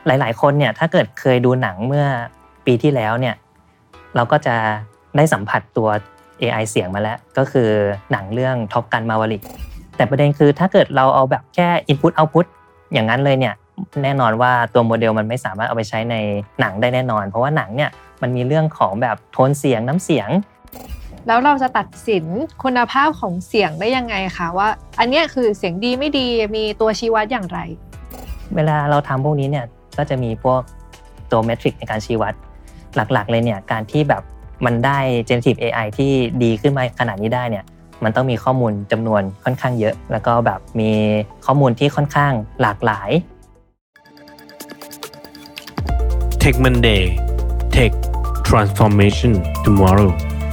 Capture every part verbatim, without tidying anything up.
หลายๆคนเนี่ยถ้าเกิดเคยดูหนังเมื่อปีที่แล้วเนี่ยเราก็จะได้สัมผัสตัว เอ ไอ เสียงมาแล้วก็คือหนังเรื่อง Top Gun Maverick แต่ประเด็นคือถ้าเกิดเราเอาแบบแค่ input output อย่างนั้นเลยเนี่ยแน่นอนว่าตัวโมเดลมันไม่สามารถเอาไปใช้ในหนังได้แน่นอนเพราะว่าหนังเนี่ยมันมีเรื่องของแบบโทนเสียงน้ำเสียงแล้วเราจะตัดสินคุณภาพของเสียงได้ยังไงคะว่าอันนี้คือเสียงดีไม่ดีมีตัวชี้วัดอย่างไรเวลาเราทำพวกนี้เนี่ยก็จะมีพวกตัวเมทริกในการชี้วัดหลักๆเลยเนี่ยการที่แบบมันได้ generative เอ ไอ ที่ดีขึ้นมาขนาดนี้ได้เนี่ยมันต้องมีข้อมูลจำนวนค่อนข้างเยอะแล้วก็แบบมีข้อมูลที่ค่อนข้างหลากหลาย Tech Monday Tech Transformation Tomorrow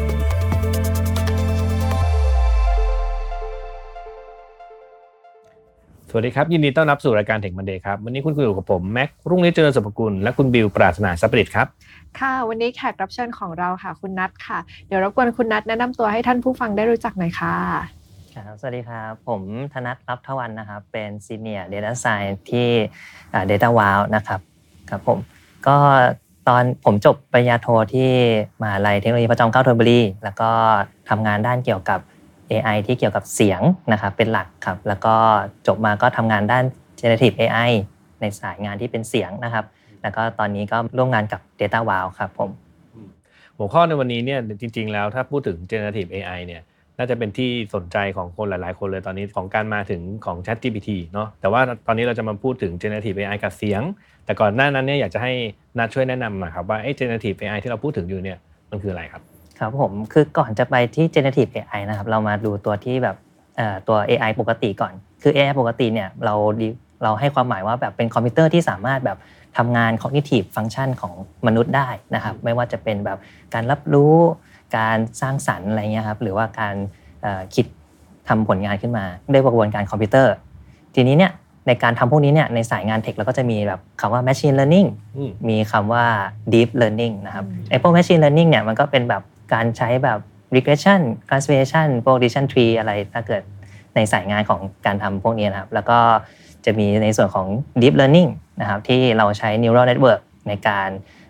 สวัสดีครับยินดีต้อนรับสู่รายการ Tech Monday ครับวันนี้คุณคุยกับผมแม็กรุ่งฤทธิ์เจริญสุภกุลและคุณบิวปราศนาทรัพย์ประดิษฐ์ครับค่ะวันนี้แขกรับเชิญของเราค่ะคุณนัทค่ะเดี๋ยวรบกวนคุณนัทแนะนำตัวให้ท่านผู้ฟังได้รู้จักหน่อยค่ะครับสวัสดีครับผมธนัท ลับทวันนะครับเป็น Senior Data Science ที่ DataWow นะครับครับผมก็ตอนผมจบปริญญาโทที่มหาวิทยาลัยเทคโนโลยีพระจอมเกล้าธนบุรีแล้วก็ทำงานด้านเกี่ยวกับ เอ ไอ ที่เกี่ยวกับเสียงนะครับเป็นหลักครับแล้วก็จบมาก็ทำงานด้าน Generative เอ ไอ ในสายงานที่เป็นเสียงนะครับแล้วก็ตอนนี้ก็ร่วมงานกับ DataWow ครับผมหัวข้อในวันนี้เนี่ยจริงๆแล้วถ้าพูดถึง Generative เอ ไอ เนี่ยน่าจะเป็นที่สนใจของคนหลายๆคนเลยตอนนี้ของการมาถึงของ ChatGPT เนาะแต่ว่าตอนนี้เราจะมาพูดถึง Generative เอ ไอ กับเสียงแต่ก่อนหน้านั้นเนี่ยอยากจะให้นัทช่วยแนะนำหน่อยครับว่าไอ้ Generative เอ ไอ ที่เราพูดถึงอยู่เนี่ยมันคืออะไรครับครับผมคือก่อนจะไปที่ Generative เอ ไอ นะครับเรามาดูตัวที่แบบเอ่อตัว เอ ไอ ปกติก่อนคือ เอ ไอ ปกติเนี่ยเราเราให้ความหมายว่าแบบเป็นคอมพิวเตอร์ที่สามารถแบบทำงาน cognitive function ของมนุษย์ได้นะครับไม่ว่าจะเป็นแบบการรับรู้การสร้างสรรค์อะไรเงี้ยครับหรือว่าการเอ่อคิดทำผลงานขึ้นมาด้วยกระบวนการคอมพิวเตอร์ทีนี้เนี่ยในการทำพวกนี้เนี่ยในสายงานเทคเราก็จะมีแบบคำว่า machine learning มีคำว่า deep learning นะครับไอ้พวก machine learning เนี่ยมันก็เป็นแบบการใช้แบบ regression classification พวก decision tree อะไรถ้าเกิดในสายงานของการทำพวกนี้นะครับแล้วก็จะมีในส่วนของ deep learning นะครับที่เราใช้ neural network ในการ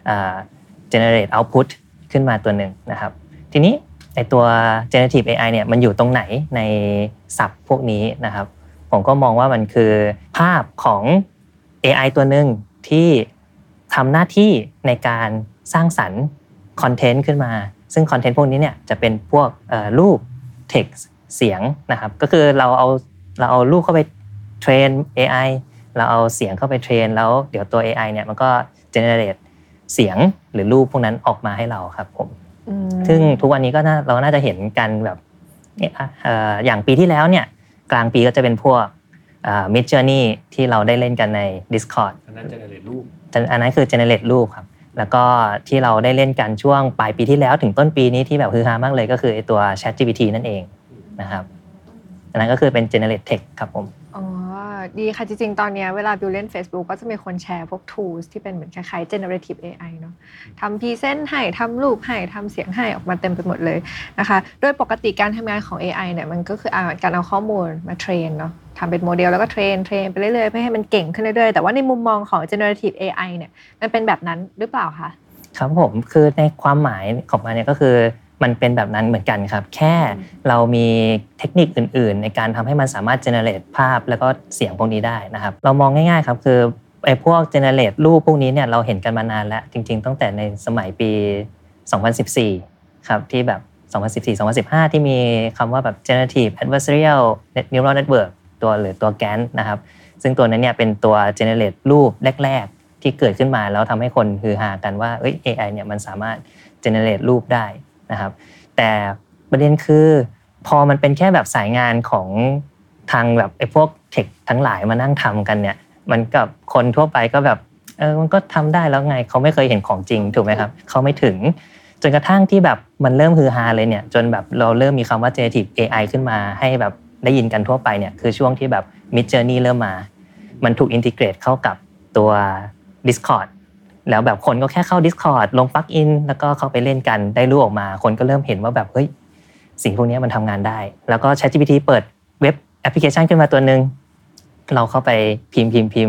generate output ขึ้นมาตัวหนึ่งนะครับทีนี้ไอตัว generative เอ ไอ เนี่ยมันอยู่ตรงไหนในศัพท์พวกนี้นะครับผมก็มองว่ามันคือภาพของ เอ ไอ ตัวหนึ่งที่ทำหน้าที่ในการสร้างสรรค์คอนเทนต์ขึ้นมาซึ่งคอนเทนต์พวกนี้เนี่ยจะเป็นพวกรูป text เสียงนะครับก็คือเราเอาเราเอารูปเข้าไปเทรน เอ ไอ เราเอาเสียงเข้าไปเทรนแล้วเดี๋ยวตัว เอ ไอ เนี่ยมันก็ generate เสียงหรือรูปพวกนั้นออกมาให้เราครับผมซึ่งทุกวันนี้ก็เราน่าจะเห็นกันแบบอย่างปีที่แล้วเนี่ยกลางปีก็จะเป็นพวก Mid Journey ที่เราได้เล่นกันใน Discord อันนั้น generate รูปอันนั้นคือ generate รูปครับแล้วก็ที่เราได้เล่นกันช่วงปลายปีที่แล้วถึงต้นปีนี้ที่แบบฮือฮามากเลยก็คือไอ้ตัว ChatGPT นั่นเองนะครับอันนั้นก็คือเป็น generate text ครับผมอ๋อดีค่ะจริงๆตอนนี้เวลาบิวเล่น Facebook ก็จะมีคนแชร์พวก tools ที่เป็นเหมือนคล้ายๆ generative เอ ไอ เนาะทำพรีเซนต์ให้ทำรูปให้ทำเสียงให้ออกมาเต็มไปหมดเลยนะคะโดยปกติการทำงานของ เอ ไอ เนี่ยมันก็คือการเอาข้อมูลมาเทรนเนาะทำเป็นโมเดลแล้วก็เทรนเทรนไปเรื่อยๆเพื่อให้มันเก่งขึ้นเรื่อยๆแต่ว่าในมุมมองของ generative เอ ไอ เนี่ยมันเป็นแบบนั้นหรือเปล่าคะครับผมคือในความหมายของมันเนี่ยก็คือมันเป็นแบบนั้นเหมือนกันครับแค่เรามีเทคนิคอื่นๆในการทำให้มันสามารถ generate ภาพแล้วก็เสียงพวกนี้ได้นะครับเรามองง่ายๆครับคือไอ้พวก generate รูปพวกนี้เนี่ยเราเห็นกันมานานแล้วจริงๆตั้งแต่ในสมัยปีสองพันสิบสี่ครับที่แบบสองพันสิบสี่ สองพันสิบห้าที่มีคำว่าแบบ generative adversarial neural network ตัวหรือตัว จี เอ เอ็น นะครับซึ่งตัวนั้นเนี่ยเป็นตัว generate รูปแรกๆที่เกิดขึ้นมาแล้วทำให้คนฮือฮากันว่าเอ้ย เอ ไอ เนี่ยมันสามารถ generate รูปได้นะครับแต่ประเด็นคือพอมันเป็นแค่แบบสายงานของทางแบบไอ้พวกเทคทั้งหลายมานั่งทำกันเนี่ยมันกับคนทั่วไปก็แบบเออมันก็ทำได้แล้วไงเขาไม่เคยเห็นของจริงถูกไหมครับเขาไม่ถึงจนกระทั่งที่แบบมันเริ่มฮือฮาเลยเนี่ยจนแบบเราเริ่มมีคำว่า generative เอ ไอ ขึ้นมาให้แบบได้ยินกันทั่วไปเนี่ยคือช่วงที่แบบ Mid Journey เริ่มมามันถูกอินทิเกรตเข้ากับตัว Discordแล้วแบบคนก็แค่เข้า Discord ลงปลั๊กอินแล้วก็เข้าไปเล่นกันได้รูปออกมาคนก็เริ่มเห็นว่าแบบเฮ้ยสิ่งพวกนี้มันทำงานได้แล้วก็ ChatGPT เปิดเว็บแอปพลิเคชันขึ้นมาตัวนึงเราเข้าไปพิมพ์พิมพ์พิมพ์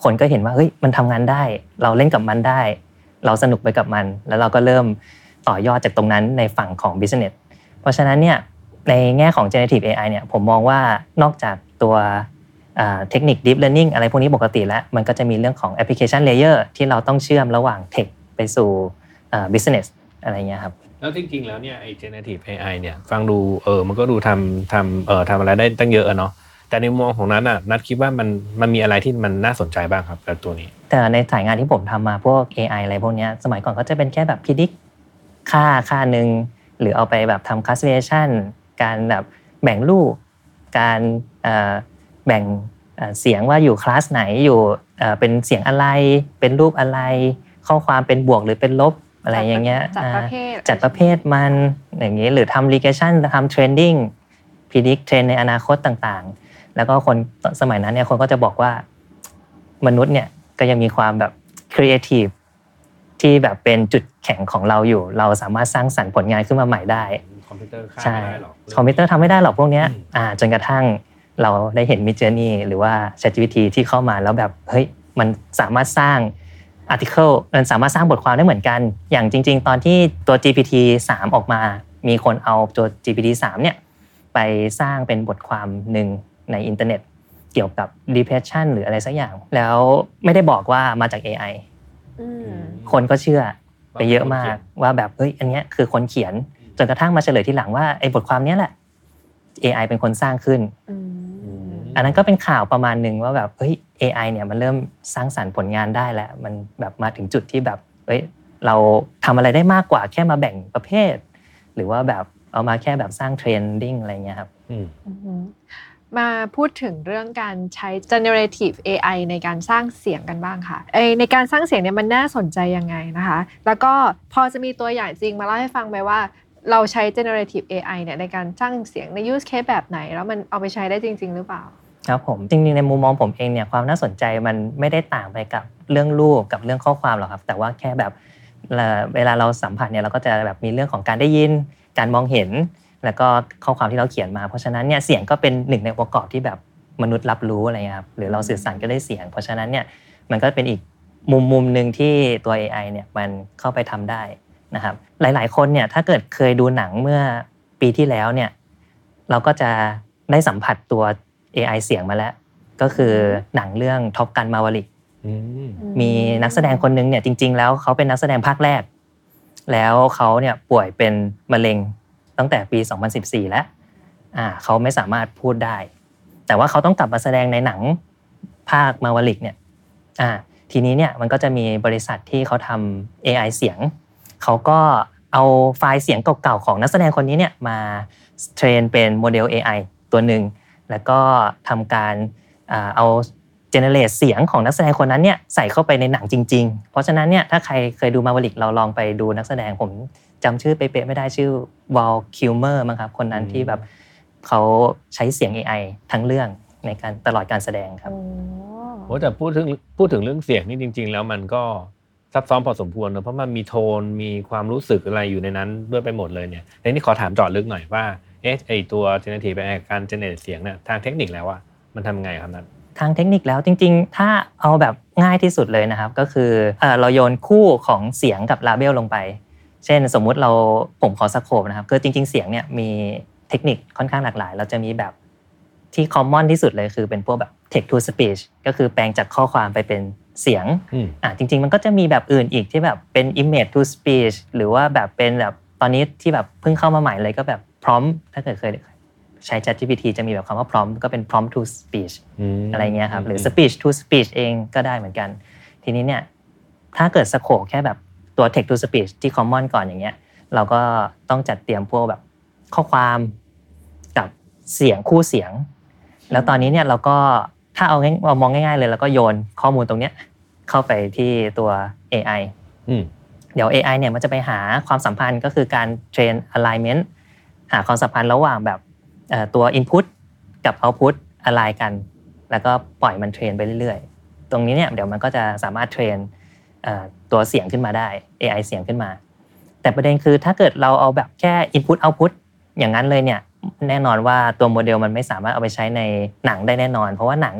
คนก็เห็นว่าเฮ้ยมันทำงานได้เราเล่นกับมันได้เราสนุกไปกับมันแล้วเราก็เริ่มต่อยอดจากตรงนั้นในฝั่งของ business เพราะฉะนั้นเนี่ยในแง่ของ generative เอ ไอ เนี่ยผมมองว่านอกจากตัวเทคนิค deep learning อะไรพวกนี้ปกติแล้วมันก็จะมีเรื่องของ application layer ที่เราต้องเชื่อมระหว่าง tech ไปสู่ business อะไรเงี้ยครับแล้วจริงๆแล้วเนี่ยไอ้ generative เอ ไอ เนี่ยฟังดูเออมันก็ดูทำทำเอ่อทำอะไรได้ตั้งเยอะเนาะแต่ในมุมมองของนัทน่ะนัทคิดว่ามันมันมีอะไรที่มันน่าสนใจบ้างครับกับตัวนี้แต่ในสายงานที่ผมทำมาพวก เอ ไอ อะไรพวกนี้สมัยก่อนก็จะเป็นแค่แบบ predict ค่าค่านึงหรือเอาไปแบบทำ classification การแบบแบ่งรูปการแบ่งเสียงว่าอยู่คลาสไหนอยู่เป็นเสียงอะไรเป็นรูปอะไรข้อความเป็นบวกหรือเป็นลบอะไรอย่างเงี้ยจัดประเภทจัดประเภทมันอย่างงี้หรือทำ regression ทำ trending predict trend ในอนาคตต่างๆแล้วก็คนสมัยนั้นเนี่ยคนก็จะบอกว่ามนุษย์เนี่ยก็ยังมีความแบบ creative ที่แบบเป็นจุดแข็งของเราอยู่เราสามารถสร้างสรรค์ผลงานขึ้นมาใหม่ได้คอมพิวเตอร์ฆ่าไม่ได้หรอกคอมพิวเตอร์ทำไม่ได้หรอกพวกนี้อ่าจนกระทั่งเราได้เห็น Midjourney หรือว่า ChatGPT ที่เข้ามาแล้วแบบเฮ้ยมันสามารถสร้าง article มันสามารถสร้างบทความได้เหมือนกันอย่างจริงๆตอนที่ตัว จี พี ที สาม ออกมามีคนเอาตัว จี พี ที สาม เนี่ยไปสร้างเป็นบทความนึงในอินเทอร์เน็ตเกี่ยวกับ depression หรืออะไรสักอย่างแล้วไม่ได้บอกว่ามาจาก เอ ไอ คนก็เชื่อไปเยอะมากว่าแบบเฮ้ยอันนี้คือคนเขียนจนกระทั่งมาเฉลยทีหลังว่าไอ้บทความนี้แหละ เอ ไอ เป็นคนสร้างขึ้นอันนั้นก็เป็นข่าวประมาณนึงว่าแบบเฮ้ย เอ ไอ เนี่ยมันเริ่มสร้างสรรค์ผลงานได้แล้วมันแบบมาถึงจุดที่แบบเฮ้ยเราทำอะไรได้มากกว่าแค่มาแบ่งประเภทหรือว่าแบบเอามาแค่แบบสร้างเทรนดิ้งอะไรเงี้ยครับมาพูดถึงเรื่องการใช้ generative เอ ไอ ในการสร้างเสียงกันบ้างค่ะไอในการสร้างเสียงเนี่ยมันน่าสนใจยังไงนะคะแล้วก็พอจะมีตัวอย่างจริงมาเล่าให้ฟังไหมว่าเราใช้ generative เอ ไอ เนี่ยในการสร้างเสียงใน use case แบบไหนแล้วมันเอาไปใช้ได้จริงๆหรือเปล่าครับผมจริงๆในมุมมองผมเองเนี่ยความน่าสนใจมันไม่ได้ต่างไปกับเรื่องรูปกับเรื่องข้อความหรอกครับแต่ว่าแค่แบบเวลาเราสัมผัสเนี่ยเราก็จะแบบมีเรื่องของการได้ยินการมองเห็นแล้วก็ข้อความที่เราเขียนมาเพราะฉะนั้นเนี่ยเสียงก็เป็นหนึ่งในองค์ประกอบที่แบบมนุษย์รับรู้อะไรเงี้ยครับหรือเราสื่อสารก็ได้เสียงเพราะฉะนั้นเนี่ยมันก็เป็นอีกมุมมุมนึงที่ตัว เอ ไอ เนี่ยมันเข้าไปทำได้นะครับหลายๆคนเนี่ยถ้าเกิดเคยดูหนังเมื่อปีที่แล้วเนี่ยเราก็จะได้สัมผัสตัว เอ ไอ เสียงมาแล้วก็คือหนังเรื่อง Top Gun Maverick มีนักแสดงคนนึงเนี่ยจริงๆแล้วเขาเป็นนักแสดงภาคแรกแล้วเขาเนี่ยป่วยเป็นมะเร็งตั้งแต่ปีสองพันสิบสี่แล้วอ่าเขาไม่สามารถพูดได้แต่ว่าเขาต้องกลับมาแสดงในหนังภาค Maverick เนี่ยอ่าทีนี้เนี่ยมันก็จะมีบริษัทที่เขาทำ เอ ไอ เสียงเขาก็เอาไฟล์เสียงเก่าๆของนักแสดงคนนี้เนี่ยมาเทรนเป็นโมเดล เอ ไอ ตัวหนึ่งแล้วก็ทำการเอาเจเนเรตเสียงของนักแสดงคนนั้นเนี่ยใส่เข้าไปในหนังจริงๆเพราะฉะนั้นเนี่ยถ้าใครเคยดูมาเวลิกเราลองไปดูนักแสดงผมจำชื่อเป๊ะๆไม่ได้ชื่อวอลคิลเมอร์มั้งครับคนนั้นที่แบบเขาใช้เสียง เอ ไอ ทั้งเรื่องในการตลอดการแสดงครับโอ้แต่พูดถึงพูดถึงเรื่องเสียงนี่จริงๆแล้วมันก็ซับซ้อนพอสมควรเนอะเพราะมันมีโทนมีความรู้สึกอะไรอยู่ในนั้นด้วยไปหมดเลยเนี่ยในนี้ขอถามเจาะลึกหน่อยว่าเอ๊ะไอตัว generative การ generate เสียงเนี่ยทางเทคนิคแล้วว่ามันทำไงครับนัททางเทคนิคแล้วจริงๆถ้าเอาแบบง่ายที่สุดเลยนะครับก็คือเอ่อเราโยนคู่ของเสียงกับลาเบลลงไปเช่นสมมุติเราผมขอสโคปนะครับคือจริงๆเสียงเนี่ยมีเทคนิคค่อนข้างหลากหลายเราจะมีแบบที่คอมมอนที่สุดเลยคือเป็นพวกแบบ text to speech ก็คือแปลงจากข้อความไปเป็นเสียงอ่ะจริงๆมันก็จะมีแบบอื่นอีกที่แบบเป็น image to speech หรือว่าแบบเป็นแบบตอนนี้ที่แบบเพิ่งเข้ามาใหม่เลยก็แบบ prompt ถ้าเกิดเคยใช้ ChatGPT จะมีแบบคำว่า prompt ก็เป็น prompt to speech อะไรเงี้ยครับหรือ speech to speech เองก็ได้เหมือนกันทีนี้เนี่ยถ้าเกิดสโคปแค่แบบตัว text to speech ที่ common ก่อนอย่างเงี้ยเราก็ต้องจัดเตรียมพวกแบบข้อความกับเสียงคู่เสียงแล้วตอนนี้เนี่ยเราก็ถ้าเอาง่ายเอามองง่ายๆเลยแล้วก็โยนข้อมูลตรงเนี้ยเข้าไปที่ตัว เอ ไอ เดี๋ยว เอ ไอ เนี่ยมันจะไปหาความสัมพันธ์ก็คือการ train alignment หาความสัมพันธ์ระหว่างแบบตัว input กับ output align กันแล้วก็ปล่อยมันเทรนไปเรื่อยๆตรงนี้เนี่ยเดี๋ยวมันก็จะสามารถเทรนตัวเสียงขึ้นมาได้ เอ ไอ เสียงขึ้นมาแต่ประเด็นคือถ้าเกิดเราเอาแบบแค่ input output อย่างนั้นเลยเนี่ยแน่นอนว่าตัวโมเดลมันไม่สามารถเอาไปใช้ในหนังได้แน่นอนเพราะว่าหนังเนี่ย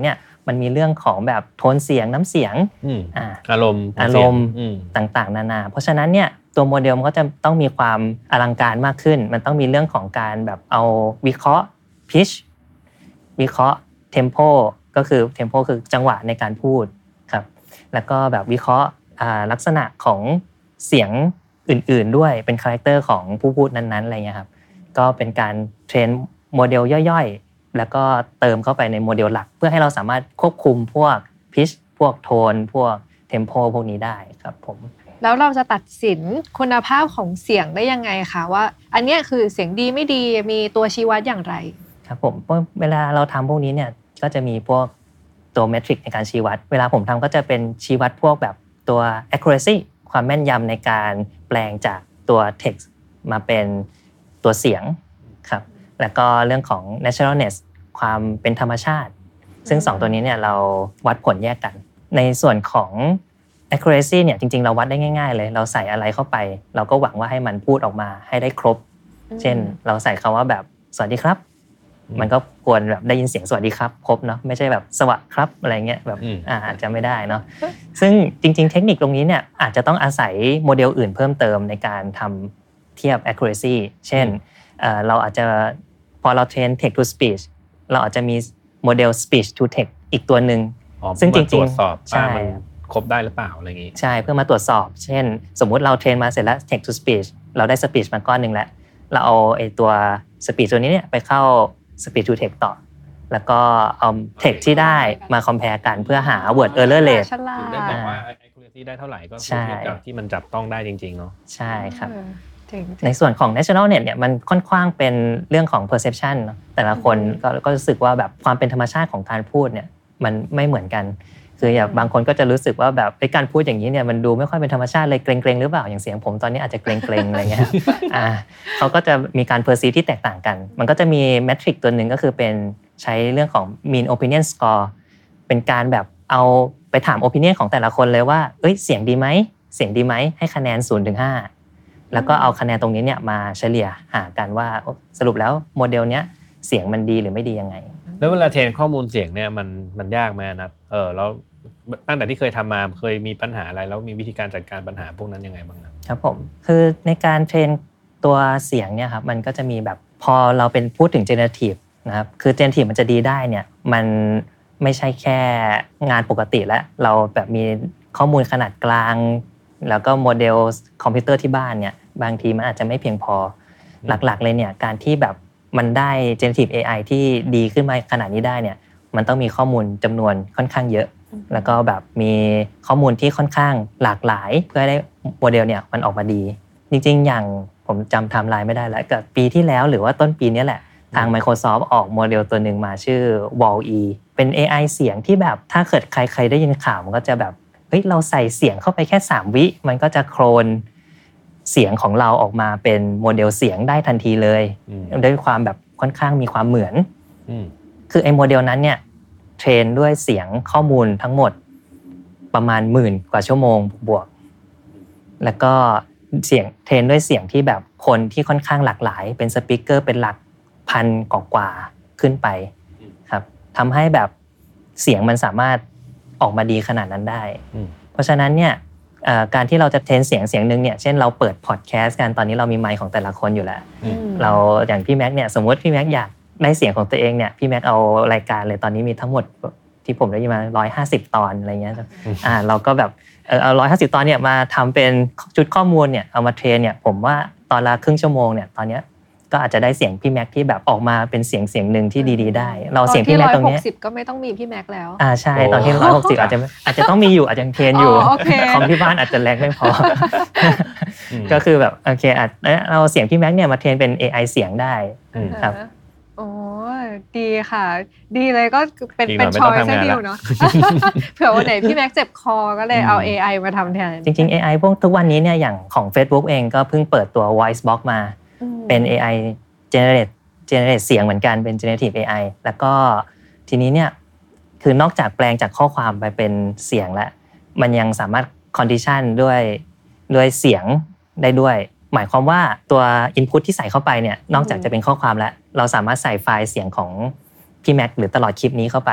มันมีเรื่องของแบบโทนเสียงน้ำเสียงอ่าอารมณ์อารมณ์ต่างๆนานาเพราะฉะนั้นเนี่ยตัวโมเดลมันก็จะต้องมีความอลังการมากขึ้นมันต้องมีเรื่องของการแบบเอาวิเคราะห์ pitch วิเคราะห์ tempo ก็คือ tempo คือจังหวะในการพูดครับแล้วก็แบบวิเคราะห์ลักษณะของเสียงอื่นๆด้วยเป็นคาแรคเตอร์ของผู้พูดนั้นๆอะไรเงี้ยครับก็เป็นการเทรนโมเดลย่อยๆแล้วก็เติมเข้าไปในโมเดลหลักเพื่อให้เราสามารถควบคุมพวก pitch พวกโทนพวก tempo พวกนี้ได้ครับผมแล้วเราจะตัดสินคุณภาพของเสียงได้ยังไงคะว่าอันนี้คือเสียงดีไม่ดีมีตัวชี้วัดอย่างไรครับผมเวลาเราทำพวกนี้เนี่ยก็จะมีพวกตัวเมทริกในการชี้วัดเวลาผมทำก็จะเป็นชี้วัดพวกแบบตัว accuracy ความแม่นยำในการแปลงจากตัว text มาเป็นตัวเสียงครับแล้วก็เรื่องของ naturalness ความเป็นธรรมชาติซึ่งสองตัวนี้เนี่ยเราวัดผลแยกกันในส่วนของ accuracy เนี่ยจริงๆเราวัดได้ง่ายๆเลยเราใส่อะไรเข้าไปเราก็หวังว่าให้มันพูดออกมาให้ได้ครบเช่นเราใส่คำว่าแบบสวัสดีครับมันก็ควรแบบได้ยินเสียงสวัสดีครับครบเนาะไม่ใช่แบบสวัสดีครับอะไรเงี้ยแบบอ่าอาจจะไม่ได้เนาะซึ่งจริงๆเทคนิคตรงนี้เนี่ยอาจจะต้องอาศัยโมเดลอื่นเพิ่มเติมในการทำเทียบ accuracy เช่นเอ่อเราอาจจะพอเราเทรน text to speech เราอาจจะมีโมเดล speech to text อีกตัวนึงซึ่งจริงๆตรวจสอบว่ามันครบได้หรือเปล่าอะไรอย่างงี้ใช่เพื่อมาตรวจสอบเช่นสมมุติเราเทรนมาเสร็จแล้ว text to speech เราได้ speech มาก้อนนึงแล้วเราเอาไอ้ตัว speech ตัวนี้เนี่ยไปเข้าspeech to text ต่อแล้วก็เอา text ที่ได้มา compare กันเพื่อหา word error rate ได้บอกว่า accuracy ได้เท่าไหร่ก็เทียบกับที่มันจับต้องได้จริงๆเนาะใช่ครับในส่วนของ natural net เนี่ยมันค่อนข้างเป็นเรื่องของ perception เนาะแต่ละคนก็ก็รู้สึกว่าแบบความเป็นธรรมชาติของการพูดเนี่ยมันไม่เหมือนกันคืออย่างบางคนก็จะรู้สึกว่าแบบไอ้การพูดอย่างนี้เนี่ยมันดูไม่ค่อยเป็นธรรมชาติเลยเกรงๆหรือเปล่าอย่างเสียงผมตอนนี้อาจจะเกรงๆอะไรเงี้ยอ่าเขาก็จะมีการ perceive ที่แตกต่างกันมันก็จะมี metric ตัวหนึ่งก็คือเป็นใช้เรื่องของ mean opinion score เป็นการแบบเอาไปถาม opinion ของแต่ละคนเลยว่าเอ้ยเสียงดีไหมเสียงดีไหมให้คะแนน ศูนย์ถึงห้า แล้วก็เอาคะแนนตรงนี้เนี่ยมาเฉลี่ยหากันว่าสรุปแล้วโมเดลเนี้ยเสียงมันดีหรือไม่ดียังไงแล้วเวลาเทรนข้อมูลเสียงเนี่ยมันมันยากไหมนะเออแล้วตั้งแต่ที่เคยทำมาเคยมีปัญหาอะไรแล้วมีวิธีการจัดการปัญหาพวกนั้นยังไงบ้างครับผมคือในการเทรนตัวเสียงเนี่ยครับมันก็จะมีแบบพอเราเป็นพูดถึง generative นะครับคือ generative มันจะดีได้เนี่ยมันไม่ใช่แค่งานปกติแล้วเราแบบมีข้อมูลขนาดกลางแล้วก็โมเดลคอมพิวเตอร์ที่บ้านเนี่ยบางทีมันอาจจะไม่เพียงพอหลักๆเลยเนี่ยการที่แบบมันได้ generative เอ ไอ ที่ดีขึ้นมาขนาดนี้ได้เนี่ยมันต้องมีข้อมูลจำนวนค่อนข้างเยอะแล้วก็แบบมีข้อมูลที่ค่อนข้างหลากหลายเพื่อให้ได้โมเดลเนี่ยมันออกมาดีจริงๆอย่างผมจำไทม์ไลน์ไม่ได้แล้วกับปีที่แล้วหรือว่าต้นปีนี้แหละทาง Microsoft ออกโมเดลตัวหนึ่งมาชื่อ Wall-E เป็น เอ ไอ เสียงที่แบบถ้าเกิดใครๆได้ยินข่าวมันก็จะแบบเฮ้ยเราใส่เสียงเข้าไปแค่สามวิมันก็จะโคลนเสียงของเราออกมาเป็นโมเดลเสียงได้ทันทีเลยด้วยความแบบค่อนข้างมีความเหมือนคือไอ้โมเดลนั้นเนี่ยเทรนด้วยเสียงข้อมูลทั้งหมดประมาณหมื่นกว่าชั่วโมงบวกแล้วก็เสียงเทรนด้วยเสียงที่แบบคนที่ค่อนข้างหลากหลายเป็นสปีกเกอร์เป็นหลักพันกว่าขึ้นไปครับทำให้แบบเสียงมันสามารถออกมาดีขนาดนั้นได้เพราะฉะนั้นเนี่ยการที่เราจะเทรนเสียงเสียงนึงเนี่ยเช่นเราเปิดพอดแคสต์กันตอนนี้เรามีไมค์ของแต่ละคนอยู่แล้วเราอย่างพี่แม็กเนี่ยสมมติพี่แม็กอยากได้เสียงของตัวเองเนี่ยพี่แม็กเอารายการเลยตอนนี้มีทั้งหมดที่ผมได้ยินมาหนึ่งร้อยห้าสิบตอนอะไรเงี้ยอ่าเราก็แบบเออเอาหนึ่งร้อยห้าสิบตอนเนี่ยมาทำเป็นชุดข้อมูลเนี่ยเอามาเทรนเนี่ยผมว่าตอนละครึ่งชั่วโมงเนี่ยตอนเนี้ยก็อาจจะได้เสียงพี่แม็กที่แบบออกมาเป็นเสียงเสียงนึงที่ดีๆได้เราเสียงพี่แม็กตรงนี้ตอนที่หนึ่งร้อยหกสิบก็ไม่ต้องมีพี่แม็กแล้วอ่าใช่ตอนที่หนึ่งร้อยหกสิบอาจจะอาจจะต้องมีอยู่อาจจะเทรนอยู่คอมที่บ้านอาจจะแรงไม่พอก็คือแบบโอเคอาจเราเสียงพี่แม็กเนี่ยมาเทรนเป็น เอ ไอ เสียงได้ครับโอ้ดีค่ะดีเลยก็เป็นเป็นชอยซ์ให้ดิวเนาะเผื่อวันไหนพี่แม็กเจ็บคอก็เลยเอา เอ ไอ มาทำแทนจริงๆ เอ ไอ พวกทุกวันนี้เนี่ยอย่างของ Facebook เองก็เพิ่งเปิดตัว Voice Box มาเป็น เอ ไอ generate generate เสียงเหมือนกันเป็น generative เอ ไอ แล้วก็ทีนี้เนี่ยคือนอกจากแปลงจากข้อความไปเป็นเสียงแล้วมันยังสามารถ condition ด้วยด้วยเสียงได้ด้วยหมายความว่าตัว input ที่ใส่เข้าไปเนี่ยนอกจากจะเป็นข้อความแล้วเราสามารถใส่ไฟล์เสียงของพี่แม็กหรือตลอดคลิปนี้เข้าไป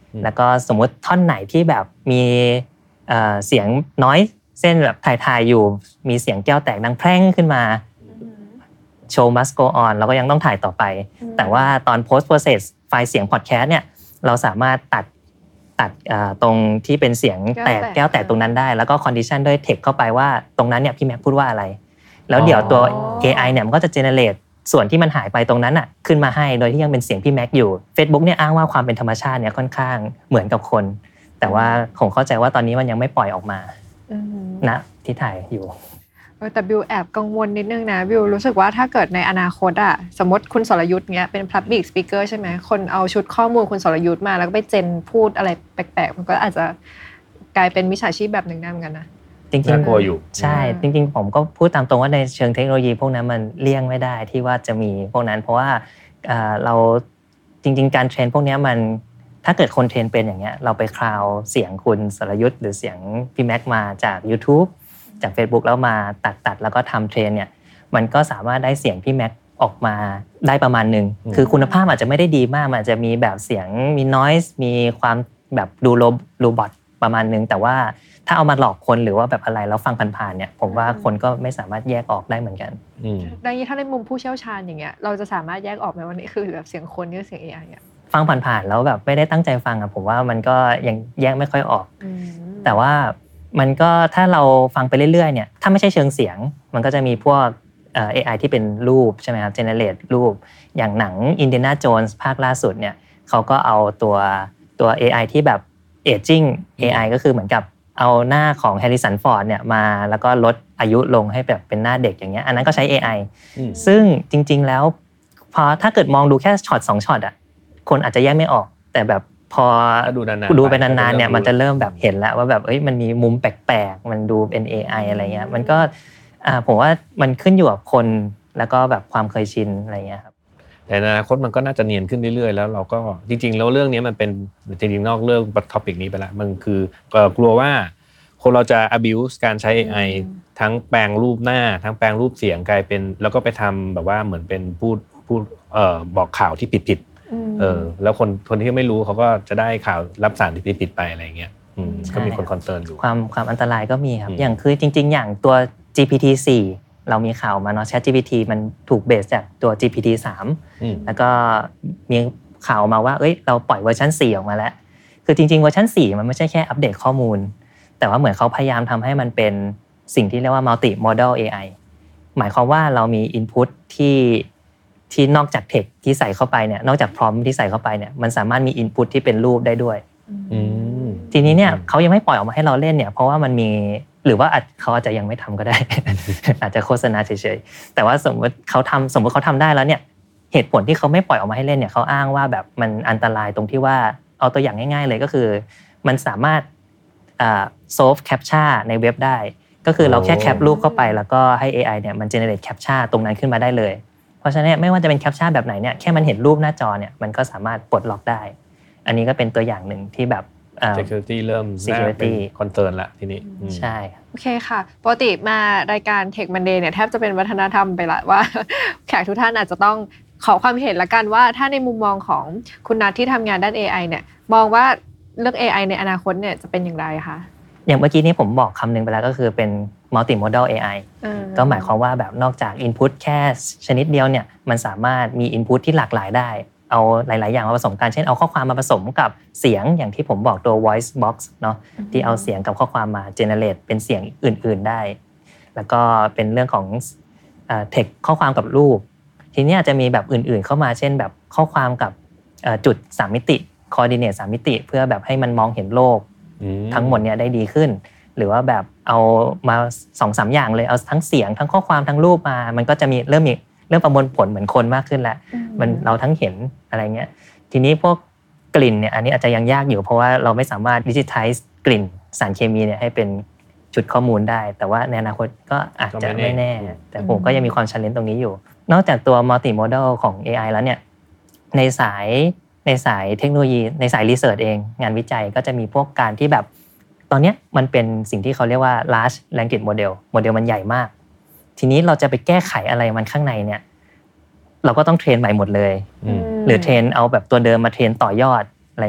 แล้วก็สมมุติท่อนไหนที่แบบมีเอ่อเสียงน้อยเส้นแบบถ่ายๆอยู่มีเสียงแก้วแตกดังแพร่งขึ้นมาโชว์ must go on เราก็ยังต้องถ่ายต่อไปแต่ว่าตอน post process ไฟล์เสียง podcast เนี่ยเราสามารถตัดตัดตรงที่เป็นเสียงแตกแก้วแตกตรงนั้นได้แล้วก็ condition ด้วย text เข้าไปว่าตรงนั้นเนี่ยพี่แม็กพูดว่าอะไรแล้วเดี๋ยวตัว เอ ไอ เนี่ยมันก็จะ generate ส่วนที่มันหายไปตรงนั้นน่ะขึ้นมาให้โดยที่ยังเป็นเสียงพี่แม็กอยู่ Facebook เนี่ยอ้างว่าความเป็นธรรมชาติเนี่ยค่อนข้างเหมือนกับคนแต่ว่าผมเข้าใจว่าตอนนี้มันยังไม่ปล่อยออกมาณที่ถ่ายอยู่แต่บิวแอบกังวลนิดนึงนะบิวรู้สึกว่าถ้าเกิดในอนาคตอ่ะสมมติคุณสรยุทธ์เงี้ยเป็น public speaker ใช่ไหมคนเอาชุดข้อมูลคุณสรยุทธ์มาแล้วก็ไปเจนพูดอะไรแปลกๆมันก็อาจจะกลายเป็นมิจฉาชีพแบบหนึ่งได้เหมือนกันนะจริงๆกลัวอยู่ใช่จริงๆผมก็พูดตามตรงว่าในเชิงเทคโนโลยีพวกนั้นมันเลี่ยงไม่ได้ที่ว่าจะมีพวกนั้นเพราะว่าเราจริงๆการเทรนพวกนี้มันถ้าเกิดคนเทรนเป็นอย่างเงี้ยเราไปคราวเสียงคุณสรยุทธ์หรือเสียงพี่แม็กมาจาก YouTube จาก Facebook แล้วมาตัดๆแล้วก็ทำเทรนเนี่ยมันก็สามารถได้เสียงพี่แม็กออกมาได้ประมาณนึงคือคุณภาพอาจจะไม่ได้ดีมากมันอาจจะมีแบบเสียงมี noise มีความแบบดูโรบอทประมาณนึงแต่ว่าถ้าเอามาหลอกคนหรือว่าแบบอะไรแล้วฟังผ่านๆเนี่ยผมว่าคนก็ไม่สามารถแยกออกได้เหมือนกันดังนี้ถ้าในมุมผู้เชี่ยวชาญอย่างเงี้ยเราจะสามารถแยกออกไหมว่านี่คือแบบเสียงคนนี่คือเสียง เอ ไอ อ่ะฟังผ่านๆแล้วแบบไม่ได้ตั้งใจฟังอ่ะผมว่ามันก็ยังแยกไม่ค่อยออกแต่ว่ามันก็ถ้าเราฟังไปเรื่อยๆเนี่ยถ้าไม่ใช่เชิงเสียงมันก็จะมีพวกเอ่อ เอ ไอ ที่เป็นรูปใช่มั้ยครับ generate รูปอย่างหนัง Indiana Jones ภาคล่าสุดเนี่ยเขาก็เอาตัวตัว เอ ไอ ที่แบบ aging เอ ไอ ก็คือเหมือนกับเอาหน้าของแฮร์ริสันฟอร์ดเนี่ยมาแล้วก็ลดอายุลงให้แบบเป็นหน้าเด็กอย่างเงี้ยอันนั้นก็ใช้ เอ ไอ ซึ่งจริงๆแล้วพอถ้าเกิดมองดูแค่ช็อตสองช็อตอ่ะคนอาจจะแยกไม่ออกแต่แบบพอดูนานๆดูไปนานๆเนี่ยมันจะเริ่มแบบเห็นแล้วว่าแบบเอ้ยมันมีมุมแปลกๆมันดูเป็น เอ ไอ อะไรเงี้ยมันก็อ่าผมว่ามันขึ้นอยู่กับคนแล้วก็แบบความเคยชินอะไรเงี้ยครับแต่ในอนาคตมันก็น่าจะเนียนขึ้นเรื่อยๆแล้วเราก็จริงๆแล้วเรื่องนี้มันเป็นจริงๆนอกเรื่องท็อปิกนี้ไปแล้วมันคือกลัวว่าคนเราจะ abuse การใช้ เอ ไอ ทั้งแปลงรูปหน้าทั้งแปลงรูปเสียงกลายเป็นแล้วก็ไปทำแบบว่าเหมือนเป็นพูดพูดเอ่อบอกข่าวที่ผิดๆเออแล้วคนคนที่ไม่รู้เขาก็จะได้ข่าวรับสารที่ผิดๆไปอะไรเงี้ยก็มีคนคอนเซิร์นอยู่ความความอันตรายก็มีครับอย่างคือจริงๆอย่างตัว จี พี ที โฟร์ เรามีข่าวมาเนาะ ChatGPT มันถูกเบสจากตัว จี พี ที ทรีแล้วก็มีข่าวมาว่าเอ้ยเราปล่อยเวอร์ชันสี่ออกมาแล้วคือจริงๆเวอร์ชันสี่มันไม่ใช่แค่อัปเดตข้อมูลแต่ว่าเหมือนเขาพยายามทำให้มันเป็นสิ่งที่เรียกว่า multi model เอ ไอ หมายความว่าเรามี input ที่ที่นอกจาก text ที่ใส่เข้าไปเนี่ยนอกจาก prompt ที่ใส่เข้าไปเนี่ยมันสามารถมี input ที่เป็นรูปได้ด้วยทีนี้เนี่ยเขายังไม่ปล่อยออกมาให้เราเล่นเนี่ยเพราะว่ามันมีหรือว่าเขาอาจจะยังไม่ทำก็ได้ อาจจะโฆษณาเฉยๆแต่ว่าสมมติเขาทำสมมติเขาทำได้แล้วเนี่ยเหตุผลที่เขาไม่ปล่อยออกมาให้เล่นเนี่ยเขาอ้างว่าแบบมันอันตรายตรงที่ว่าเอาตัวอย่างง่ายๆเลยก็คือมันสามารถอ่า solve captcha ในเว็บได้ก็คือเราแค่แคปรูปเข้าไปแล้วก็ให้ เอ ไอ เนี่ยมัน generate captcha ตรงนั้นขึ้นมาได้เลยเพราะฉะนั้นไม่ว่าจะเป็น captcha แบบไหนเนี่ยแค่มันเห็นรูปหน้าจอเนี่ยมันก็สามารถปลดล็อกได้อันนี้ก็เป็นตัวอย่างหนึ่งที่แบบ security เริ่มน่าเป็นคอนเซิร์นละทีนี้ใช่โอเคค่ะปกติมารายการ Tech Monday เนี่ยแทบจะเป็นวัฒนธรรมไปละว่าแขกทุกท่านอาจจะต้องขอความเห็นละกันว่าถ้าในมุมมองของคุณนัทที่ทำงานด้าน เอ ไอ เนี่ยมองว่าเรื่อง เอ ไอ ในอนาคตเนี่ยจะเป็นอย่างไรคะอย่างเมื่อกี้นี้ผมบอกคำนึงไปแล้วก็คือเป็น multi model เอ ไอ ก็หมายความว่าแบบนอกจาก input แค่ชนิดเดียวเนี่ยมันสามารถมี input ที่หลากหลายได้เอาหลายๆอย่างมาผสมกันเช่นเอาข้อความมาผสมกับเสียงอย่างที่ผมบอกตัว voice box เนาะที่เอาเสียงกับข้อความมา generate เป็นเสียงอื่นๆได้แล้วก็เป็นเรื่องของเอ่อ text ข้อความกับรูปทีนี้อาจจะมีแบบอื่นๆเข้ามาเช่นแบบข้อความกับจุดสามมิติ coordinate สามมิติเพื่อแบบให้มันมองเห็นโลกทั้งหมดเนี่ยได้ดีขึ้นหรือว่าแบบเอามา สองสาม อย่างเลยเอาทั้งเสียงทั้งข้อความทั้งรูปมามันก็จะมีเริ่มมีเริ่มประมวลผลเหมือนคนมากขึ้นแล้วมันเราทั้งเห็นอะไรเงี้ยทีนี้พวกกลิ่นเนี่ยอันนี้อาจจะยังยากอยู่เพราะว่าเราไม่สามารถดิจิทัลกลิ่นสารเคมีเนี่ยให้เป็นชุดข้อมูลได้แต่ว่าในอนาคตก็อาจจะไม่แน่แต่ผมก็ยังมีความ challenge ตรงนี้อยู่นอกจากตัว multi model ของ เอ ไอ แล้วเนี่ยในสายในสายเทคโนโลยีในสายรีเสิร์ชเองงานวิจัยก็จะมีพวกการที่แบบตอนนี้มันเป็นสิ่งที่เขาเรียกว่า large language model โมเดลมันใหญ่มากทีนี้เราจะไปแก้ไขอะไรมันข้างในเนี่ยเราก็ต้องเทรนใหม่หมดเลยหรือเทรนเอาแบบตัวเดิมมาเทรนต่อยอดอะไรเงี้ย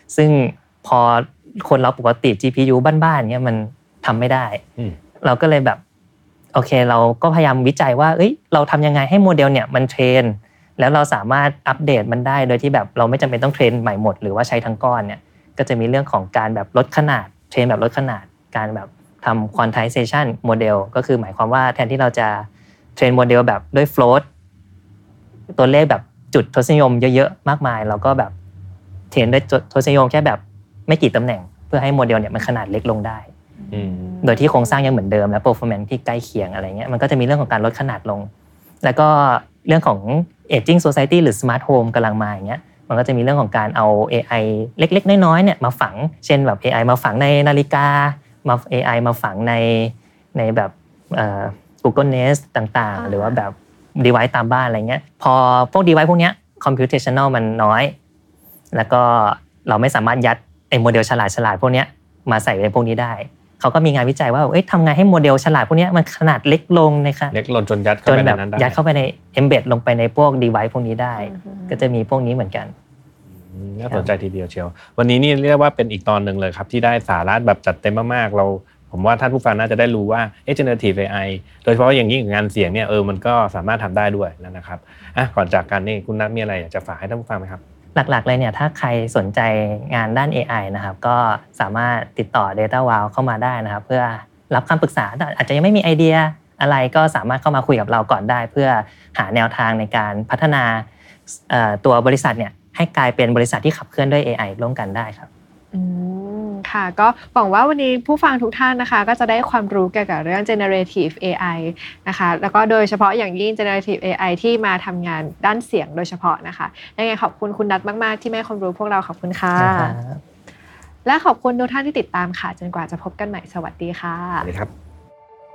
ซึ่งพอคนเราปกติ จี พี ยู บ้านๆเงี้ยมันทำไม่ได้เราก็เลยแบบโอเคเราก็พยายามวิจัยว่าเอ้ยเราทำยังไงให้โมเดลเนี่ยมันเทรนแล้วเราสามารถอัปเดตมันได้โดยที่แบบเราไม่จำเป็นต้องเทรนใหม่หมดหรือว่าใช้ทั้งก้อนเนี่ยก็จะมีเรื่องของการแบบลดขนาดเทรนแบบลดขนาดการแบบทำ quantization โมเดลก็คือหมายความว่าแทนที่เราจะเทรนโมเดลแบบด้วย float ตัวเลขแบบจุดทศนิยมเยอะๆมากมายเราก็แบบเทรนด้วยทศนิยมแค่แบบไม่กี่ตำแหน่งเพื่อให้โมเดลเนี่ยมันขนาดเล็กลงได้โดยที่โครงสร้างยังเหมือนเดิมและ performance ที่ใกล้เคียงอะไรเงี้ยมันก็จะมีเรื่องของการลดขนาดลงแล้วก็เรื่องของ aging society หรือ smart home กำลังมาอย่างเงี้ยมันก็จะมีเรื่องของการเอา เอ ไอ เล็กๆน้อยๆเนี่ยมาฝังเช่นแบบ เอ ไอ มาฝังในนาฬิกามา เอ ไอ มาฝังในในแบบเอ่อ Google Nest ต่างๆหรือว่าแบบ device ตามบ้านอะไรเงี้ยพอพวก device พวกเนี้ย computational มันน้อยแล้วก็เราไม่สามารถยัดไอ้โมเดลฉลาดๆพวกเนี้ยมาใส่ในพวกนี้ได้เขาก็มีงานวิจัยว่าเอ้ยทำไงให้โมเดลฉลาดพวกนี้มันขนาดเล็กลงนะคะเล็กลงจนยัดเข้าไปในนั้นได้ยัดเข้าไปใน embed ลงไปในพวก device พวกนี้ได้ก็จะมีพวกนี้เหมือนกันน่าสนใจทีเดียวเชียววันนี้นี่เรียกว่าเป็นอีกตอนนึงเลยครับที่ได้สาระแบบจัดเต็มมากๆเราผมว่าท่านผู้ฟังน่าจะได้รู้ว่า generative เอ ไอ โดยเฉพาะอย่างยิ่งงานเสียงเนี่ยเออมันก็สามารถทำได้ด้วยนะครับอ่ะก่อนจากกันนี่คุณนัทมีอะไรอยากจะฝากให้ท่านผู้ฟังไหมครับหลักๆเลยเนี่ยถ้าใครสนใจงานด้าน เอ ไอ นะครับก็สามารถติดต่อ Data Wow เข้ามาได้นะครับเพื่อรับคำปรึกษาอาจจะยังไม่มีไอเดียอะไรก็สามารถเข้ามาคุยกับเราก่อนได้เพื่อหาแนวทางในการพัฒนาตัวบริษัทเนี่ยให้กลายเป็นบริษัทที่ขับเคลื่อนด้วย เอ ไอ ร่วมกันได้ครับอืมค่ะก็หวังว่าวันนี้ผู้ฟังทุกท่านนะคะก็จะได้ความรู้เกี่ยวกับเรื่อง generative เอ ไอ นะคะแล้วก็โดยเฉพาะอย่างยิ่ง generative เอ ไอ ที่มาทำงานด้านเสียงโดยเฉพาะนะคะยังไงขอบคุณคุณนัทมากๆที่ให้ความรู้พวกเราขอบคุณค่ะและขอบคุณทุกท่านที่ติดตามค่ะจนกว่าจะพบกันใหม่สวัสดีค่ะสวัสดีครับ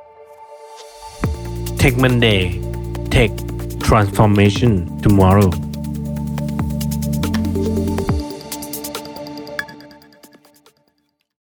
Tech Monday Tech Transformation Tomorrow